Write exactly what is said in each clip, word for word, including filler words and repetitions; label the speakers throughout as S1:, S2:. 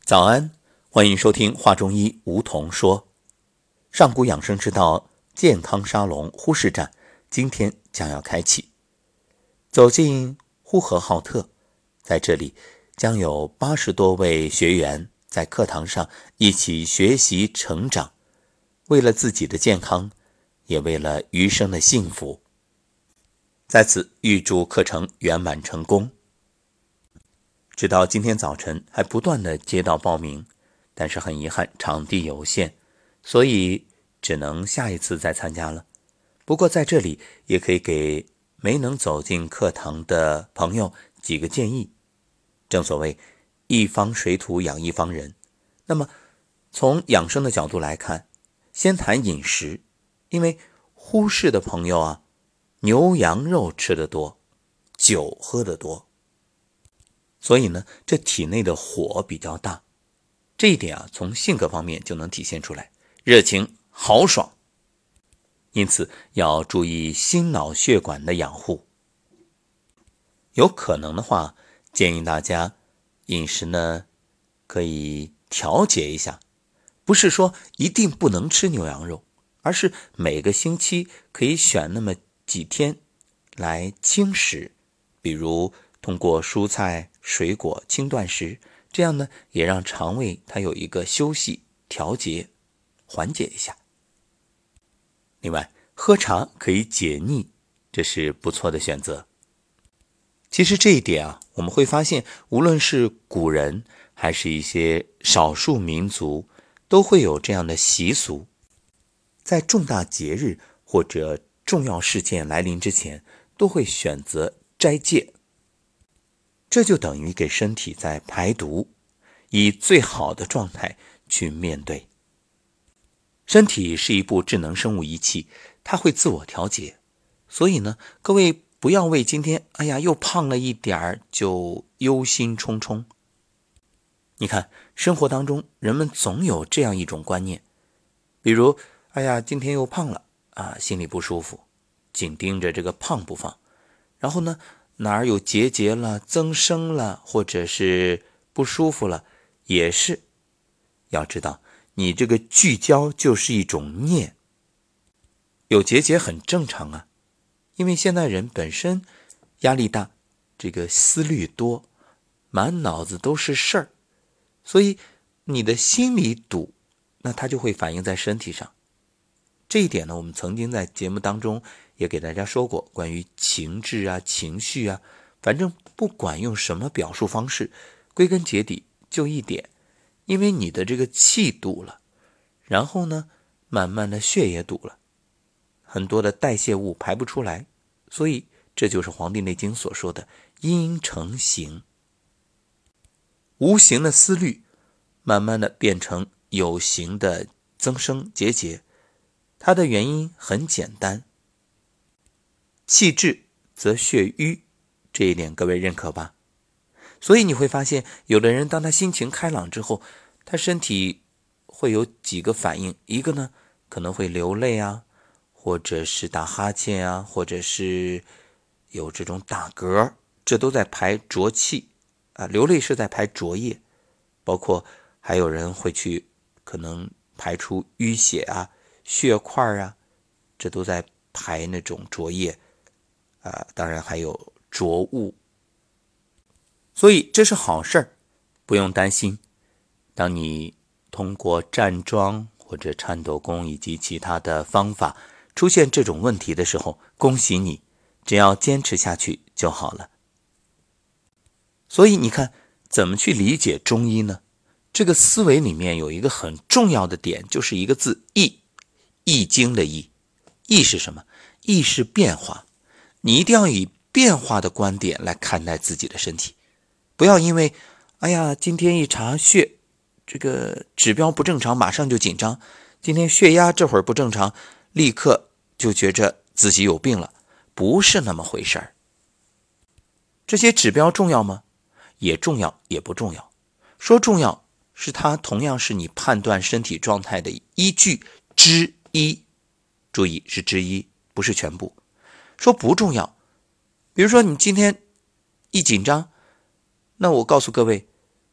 S1: 早安，欢迎收听华中医梧桐说。上古养生之道健康沙龙呼市站今天将要开启。走进呼和浩特，在这里将有八十多位学员在课堂上一起学习成长，为了自己的健康，也为了余生的幸福。在此预祝课程圆满成功。直到今天早晨还不断的接到报名，但是很遗憾场地有限，所以只能下一次再参加了。不过在这里也可以给没能走进课堂的朋友几个建议。正所谓一方水土养一方人，那么从养生的角度来看，先谈饮食。因为呼市的朋友啊，牛羊肉吃得多，酒喝得多，所以呢，这体内的火比较大。这一点啊，从性格方面就能体现出来，热情豪爽。因此要注意心脑血管的养护。有可能的话，建议大家饮食呢可以调节一下，不是说一定不能吃牛羊肉，而是每个星期可以选那么几天来轻食，比如通过蔬菜、水果轻断食，这样呢也让肠胃它有一个休息、调节、缓解一下。另外，喝茶可以解腻，这是不错的选择。其实这一点啊，我们会发现，无论是古人还是一些少数民族，都会有这样的习俗，在重大节日或者重要事件来临之前，都会选择斋戒。这就等于给身体在排毒，以最好的状态去面对。身体是一部智能生物仪器，它会自我调节。所以呢，各位不要为今天哎呀又胖了一点儿就忧心忡忡。你看，生活当中人们总有这样一种观念，比如哎呀今天又胖了啊，心里不舒服，紧盯着这个胖不放。然后呢，哪儿有结节了、增生了，或者是不舒服了，也是。要知道，你这个聚焦就是一种念。有结节很正常啊，因为现代人本身压力大，这个思虑多，满脑子都是事儿，所以你的心里堵，那它就会反映在身体上。这一点呢，我们曾经在节目当中也给大家说过，关于情志啊、情绪啊，反正不管用什么表述方式，归根结底就一点，因为你的这个气堵了，然后呢，慢慢的血也堵了，很多的代谢物排不出来，所以这就是《黄帝内经》所说的因成形。无形的思虑，慢慢的变成有形的增生结节，它的原因很简单，气滞则血瘀，这一点各位认可吧？所以你会发现，有的人当他心情开朗之后，他身体会有几个反应，一个呢可能会流泪啊，或者是打哈欠啊，或者是有这种打嗝，这都在排浊气啊。流泪是在排浊液，包括还有人会去可能排出淤血啊、血块啊，这都在排那种浊液啊。当然还有浊物，所以这是好事儿，不用担心。当你通过站桩或者颤抖功以及其他的方法出现这种问题的时候，恭喜你，只要坚持下去就好了。所以你看，怎么去理解中医呢？这个思维里面有一个很重要的点，就是一个字易，易经的易。易是什么？易是变化，你一定要以变化的观点来看待自己的身体，不要因为哎呀今天一查血，这个指标不正常马上就紧张，今天血压这会儿不正常，立刻就觉着自己有病了，不是那么回事儿。这些指标重要吗？也重要，也不重要。说重要，是它同样是你判断身体状态的依据之一，注意是之一，不是全部。说不重要，比如说你今天一紧张，那我告诉各位，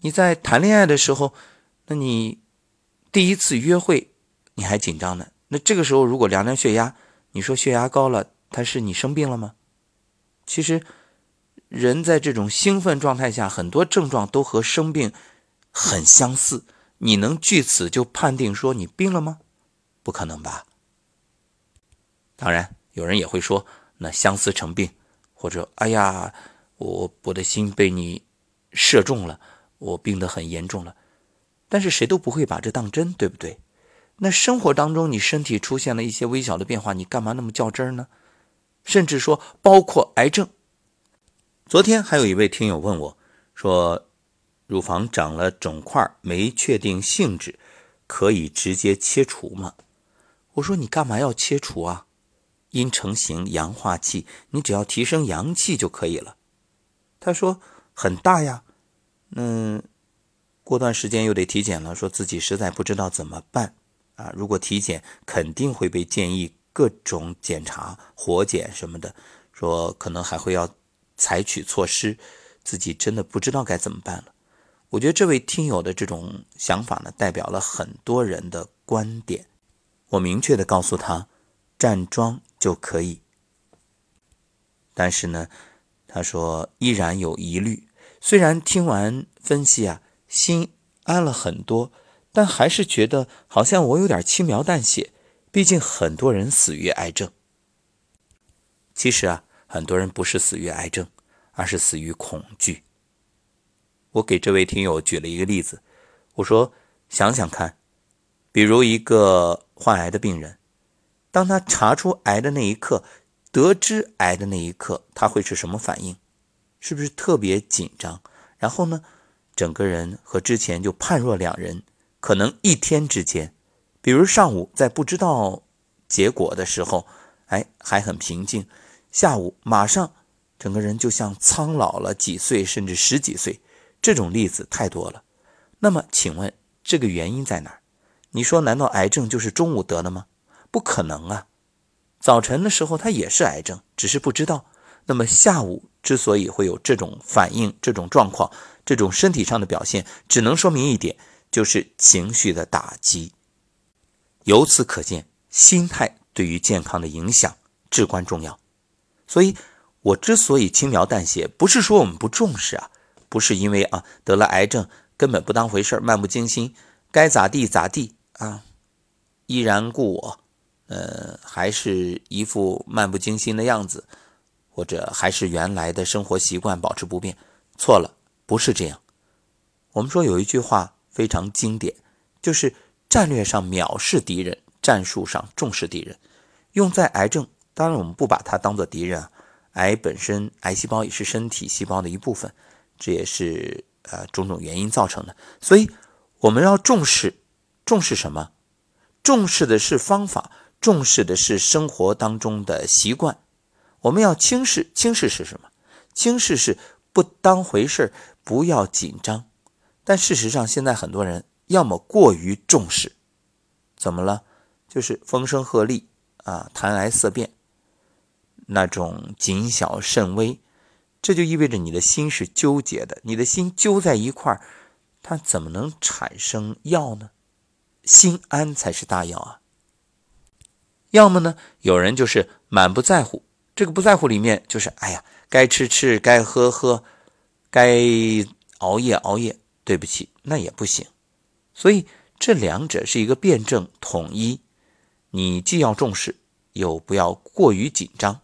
S1: 你在谈恋爱的时候，那你第一次约会你还紧张呢，那这个时候如果量量血压，你说血压高了，它是你生病了吗？其实人在这种兴奋状态下，很多症状都和生病很相似，你能据此就判定说你病了吗？不可能吧。当然有人也会说，那相思成病，或者哎呀我我的心被你射中了，我病得很严重了。但是谁都不会把这当真，对不对？那生活当中你身体出现了一些微小的变化，你干嘛那么较真呢？甚至说包括癌症。昨天还有一位听友问我说，乳房长了肿块没确定性质，可以直接切除吗？我说你干嘛要切除啊？阴成型阳化气，你只要提升阳气就可以了。他说很大呀，嗯，过段时间又得体检了，说自己实在不知道怎么办啊。如果体检肯定会被建议各种检查，活检什么的，说可能还会要采取措施，自己真的不知道该怎么办了。我觉得这位听友的这种想法呢，代表了很多人的观点。我明确的告诉他，站桩就可以。但是呢，他说依然有疑虑，虽然听完分析啊，心安了很多，但还是觉得好像我有点轻描淡写，毕竟很多人死于癌症。其实啊，很多人不是死于癌症，而是死于恐惧。我给这位听友举了一个例子，我说想想看，比如一个患癌的病人，当他查出癌的那一刻，得知癌的那一刻，他会是什么反应？是不是特别紧张？然后呢，整个人和之前就判若两人，可能一天之间，比如上午在不知道结果的时候，哎，还很平静，下午马上整个人就像苍老了几岁，甚至十几岁。这种例子太多了。那么请问这个原因在哪儿？你说难道癌症就是中午得的吗？不可能啊，早晨的时候它也是癌症，只是不知道。那么下午之所以会有这种反应，这种状况，这种身体上的表现，只能说明一点，就是情绪的打击。由此可见，心态对于健康的影响至关重要。所以我之所以轻描淡写，不是说我们不重视啊，不是因为啊得了癌症根本不当回事，漫不经心，该咋地咋地啊，依然故我，呃，还是一副漫不经心的样子，或者还是原来的生活习惯保持不变。错了，不是这样。我们说有一句话非常经典，就是战略上藐视敌人，战术上重视敌人。用在癌症，当然我们不把它当作敌人啊，癌本身，癌细胞也是身体细胞的一部分，这也是呃种种原因造成的。所以我们要重视，重视什么？重视的是方法，重视的是生活当中的习惯。我们要轻视，轻视是什么？轻视是不当回事，不要紧张。但事实上现在很多人要么过于重视，怎么了？就是风声鹤唳啊，谈癌色变，那种谨小慎微，这就意味着你的心是纠结的，你的心揪在一块儿，它怎么能产生药呢？心安才是大药啊。要么呢，有人就是满不在乎，这个不在乎里面就是哎呀，该吃吃，该喝喝，该熬夜熬夜，对不起，那也不行。所以这两者是一个辩证统一，你既要重视，又不要过于紧张。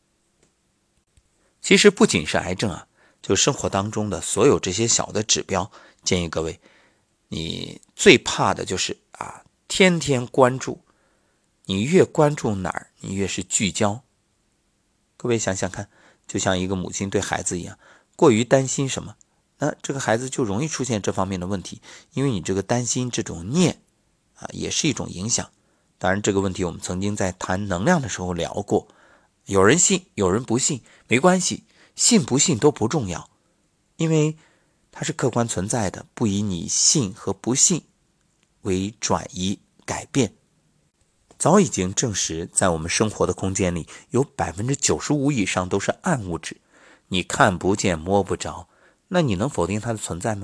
S1: 其实不仅是癌症啊，就生活当中的所有这些小的指标，建议各位，你最怕的就是啊，天天关注，你越关注哪儿，你越是聚焦。各位想想看，就像一个母亲对孩子一样，过于担心什么，那这个孩子就容易出现这方面的问题，因为你这个担心这种念啊，也是一种影响。当然这个问题我们曾经在谈能量的时候聊过，有人信有人不信，没关系，信不信都不重要，因为它是客观存在的，不以你信和不信为转移改变。早已经证实，在我们生活的空间里，有 百分之九十五 以上都是暗物质，你看不见摸不着，那你能否定它的存在吗？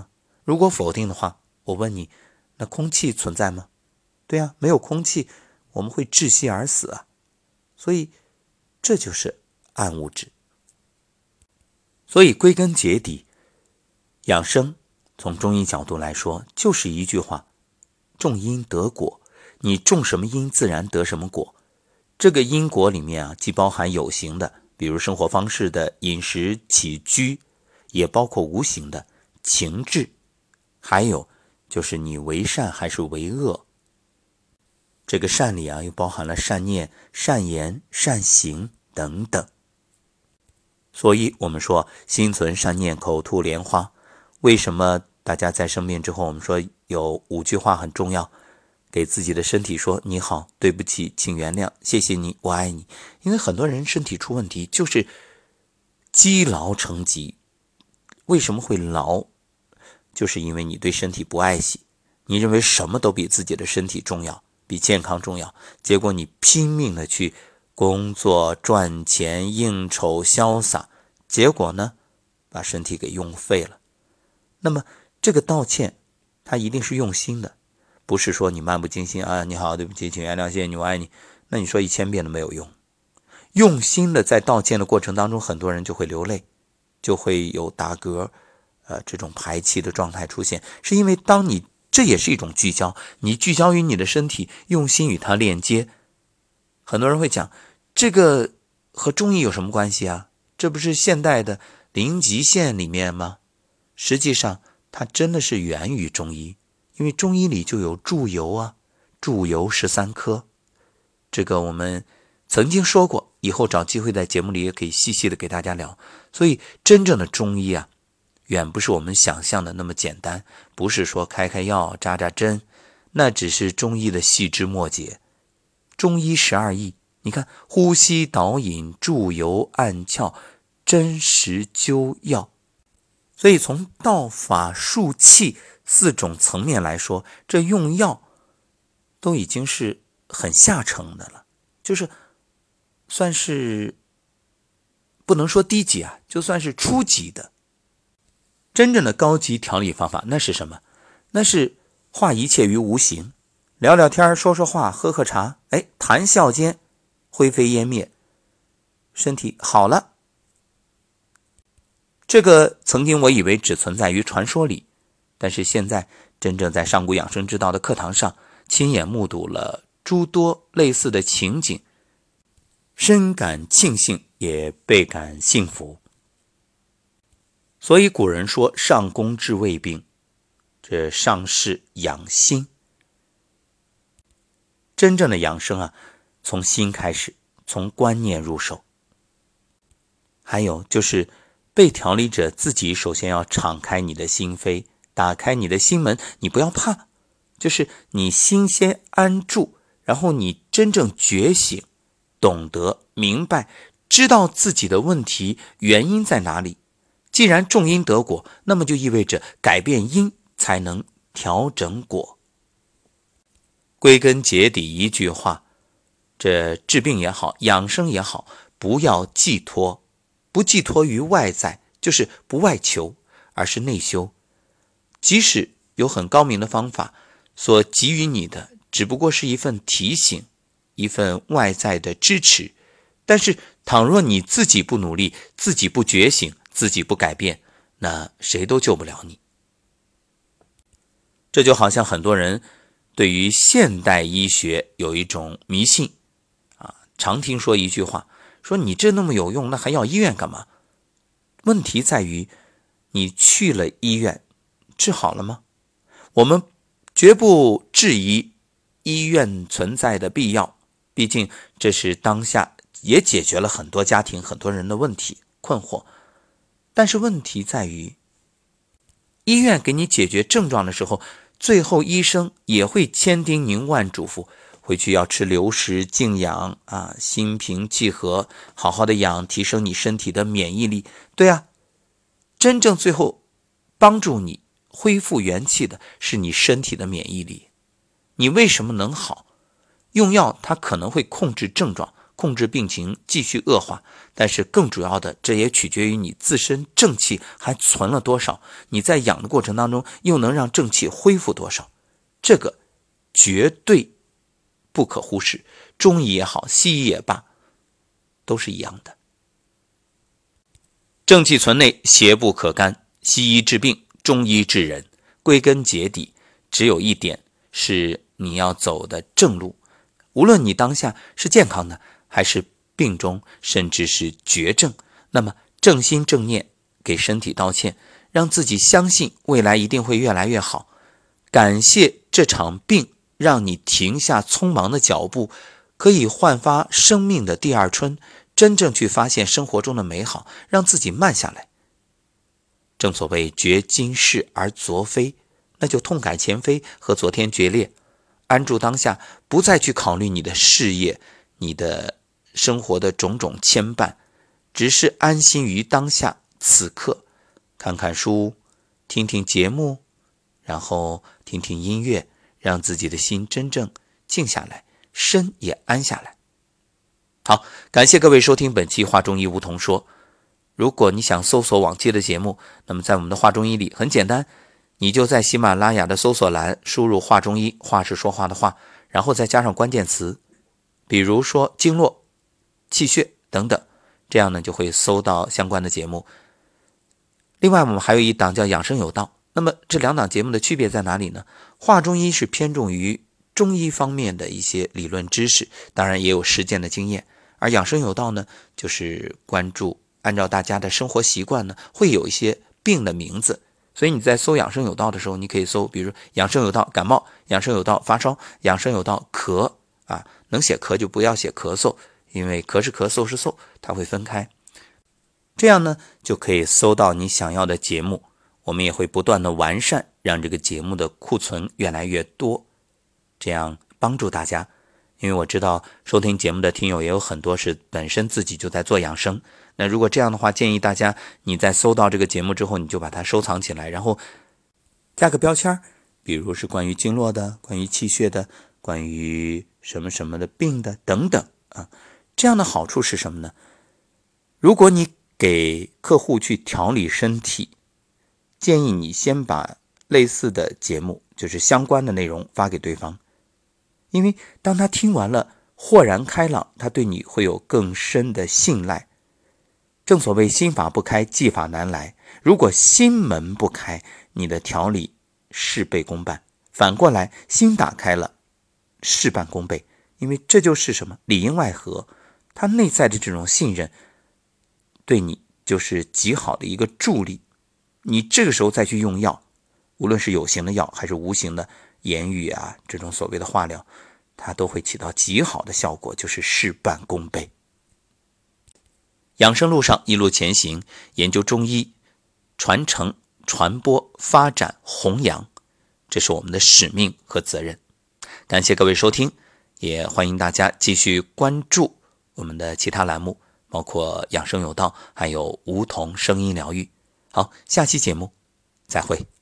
S1: 如果否定的话，我问你，那空气存在吗？对啊，没有空气，我们会窒息而死啊。所以这就是暗物质。所以归根结底，养生从中医角度来说，就是一句话：种因得果。你种什么因，自然得什么果。这个因果里面啊，既包含有形的，比如生活方式的饮食起居，也包括无形的情志，还有就是你为善还是为恶。这个善里啊，又包含了善念、善言、善行等等。所以我们说心存善念，口吐莲花。为什么大家在生病之后，我们说有五句话很重要，给自己的身体说：你好，对不起，请原谅，谢谢你，我爱你。因为很多人身体出问题就是积劳成疾。为什么会劳？就是因为你对身体不爱惜，你认为什么都比自己的身体重要，比健康重要，结果你拼命的去工作赚钱应酬潇洒，结果呢把身体给用废了。那么这个道歉他一定是用心的，不是说你漫不经心啊，你好，对不起，请原谅，谢谢你，我爱你。那你说一千遍都没有用。用心的在道歉的过程当中，很多人就会流泪，就会有打嗝，呃，这种排气的状态出现，是因为当你这也是一种聚焦，你聚焦于你的身体，用心与它链接。很多人会讲，这个和中医有什么关系啊？这不是现代的零极限里面吗？实际上它真的是源于中医，因为中医里就有祝由啊，祝由十三科。这个我们曾经说过，以后找机会在节目里也可以细细的给大家聊。所以真正的中医啊，远不是我们想象的那么简单，不是说开开药扎扎针，那只是中医的细枝末节。中医十二义，你看呼吸导引祝由按窍针石灸药。所以从道法术器四种层面来说，这用药都已经是很下乘的了，就是算是不能说低级啊，就算是初级的。真正的高级调理方法那是什么？那是化一切于无形，聊聊天，说说话，喝喝茶，哎，谈笑间灰飞烟灭，身体好了。这个曾经我以为只存在于传说里，但是现在真正在上古养生之道的课堂上，亲眼目睹了诸多类似的情景，深感庆幸，也倍感幸福。所以古人说上工治未病，这上是养心。真正的养生啊，从心开始，从观念入手。还有就是被调理者自己首先要敞开你的心扉，打开你的心门，你不要怕，就是你心先安住，然后你真正觉醒，懂得明白，知道自己的问题原因在哪里。既然种因得果，那么就意味着改变因才能调整果。归根结底一句话，这治病也好，养生也好，不要寄托，不寄托于外在，就是不外求，而是内修。即使有很高明的方法，所给予你的只不过是一份提醒，一份外在的支持，但是倘若你自己不努力，自己不觉醒，自己不改变，那谁都救不了你。这就好像很多人对于现代医学有一种迷信啊，常听说一句话，说你这那么有用，那还要医院干嘛？问题在于你去了医院治好了吗？我们绝不质疑医院存在的必要，毕竟这是当下也解决了很多家庭很多人的问题困惑。但是问题在于，医院给你解决症状的时候，最后医生也会千叮咛万嘱咐，回去要吃流食静养啊，心平气和，好好的养，提升你身体的免疫力。对啊，真正最后帮助你恢复元气的是你身体的免疫力。你为什么能好？用药它可能会控制症状， 控制病情继续恶化，但是更主要的，这也取决于你自身正气还存了多少，你在养的过程当中又能让正气恢复多少，这个绝对不可忽视。中医也好，西医也罢，都是一样的。正气存内，邪不可干。西医治病，中医治人，归根结底只有一点，是你要走的正路。无论你当下是健康的，还是病中，甚至是绝症，那么正心正念，给身体道歉，让自己相信未来一定会越来越好。感谢这场病让你停下匆忙的脚步，可以焕发生命的第二春，真正去发现生活中的美好，让自己慢下来。正所谓绝今世而昨非，那就痛改前非，和昨天决裂，安住当下，不再去考虑你的事业，你的生活的种种牵绊，只是安心于当下此刻，看看书，听听节目，然后听听音乐，让自己的心真正静下来，身也安下来。好，感谢各位收听本期话中医梧桐说。如果你想搜索往期的节目，那么在我们的话中医里很简单，你就在喜马拉雅的搜索栏输入话中医，话是说话的话，然后再加上关键词，比如说经络、气血等等，这样呢就会搜到相关的节目。另外我们还有一档叫养生有道，那么这两档节目的区别在哪里呢？话中医是偏重于中医方面的一些理论知识，当然也有实践的经验，而养生有道呢，就是关注按照大家的生活习惯呢，会有一些病的名字，所以你在搜养生有道的时候，你可以搜，比如养生有道感冒，养生有道发烧，养生有道咳啊，能写咳就不要写咳嗽，因为咳是咳，嗽是嗽，它会分开。这样呢，就可以搜到你想要的节目。我们也会不断的完善，让这个节目的库存越来越多，这样帮助大家。因为我知道收听节目的听友也有很多是本身自己就在做养生，那如果这样的话，建议大家你在搜到这个节目之后，你就把它收藏起来，然后加个标签，比如是关于经络的，关于气血的，关于什么什么的病的等等啊。这样的好处是什么呢？如果你给客户去调理身体，建议你先把类似的节目，就是相关的内容发给对方，因为当他听完了豁然开朗，他对你会有更深的信赖。正所谓心法不开，技法难来，如果心门不开，你的调理事倍功半，反过来心打开了，事半功倍，因为这就是什么？里应外合，他内在的这种信任对你就是极好的一个助力。你这个时候再去用药，无论是有形的药还是无形的言语啊，这种所谓的化疗，它都会起到极好的效果，就是事半功倍。养生路上一路前行，研究中医，传承、传播、发展、弘扬，这是我们的使命和责任。感谢各位收听，也欢迎大家继续关注我们的其他栏目，包括养生有道，还有梧桐声音疗愈。好，下期节目再会。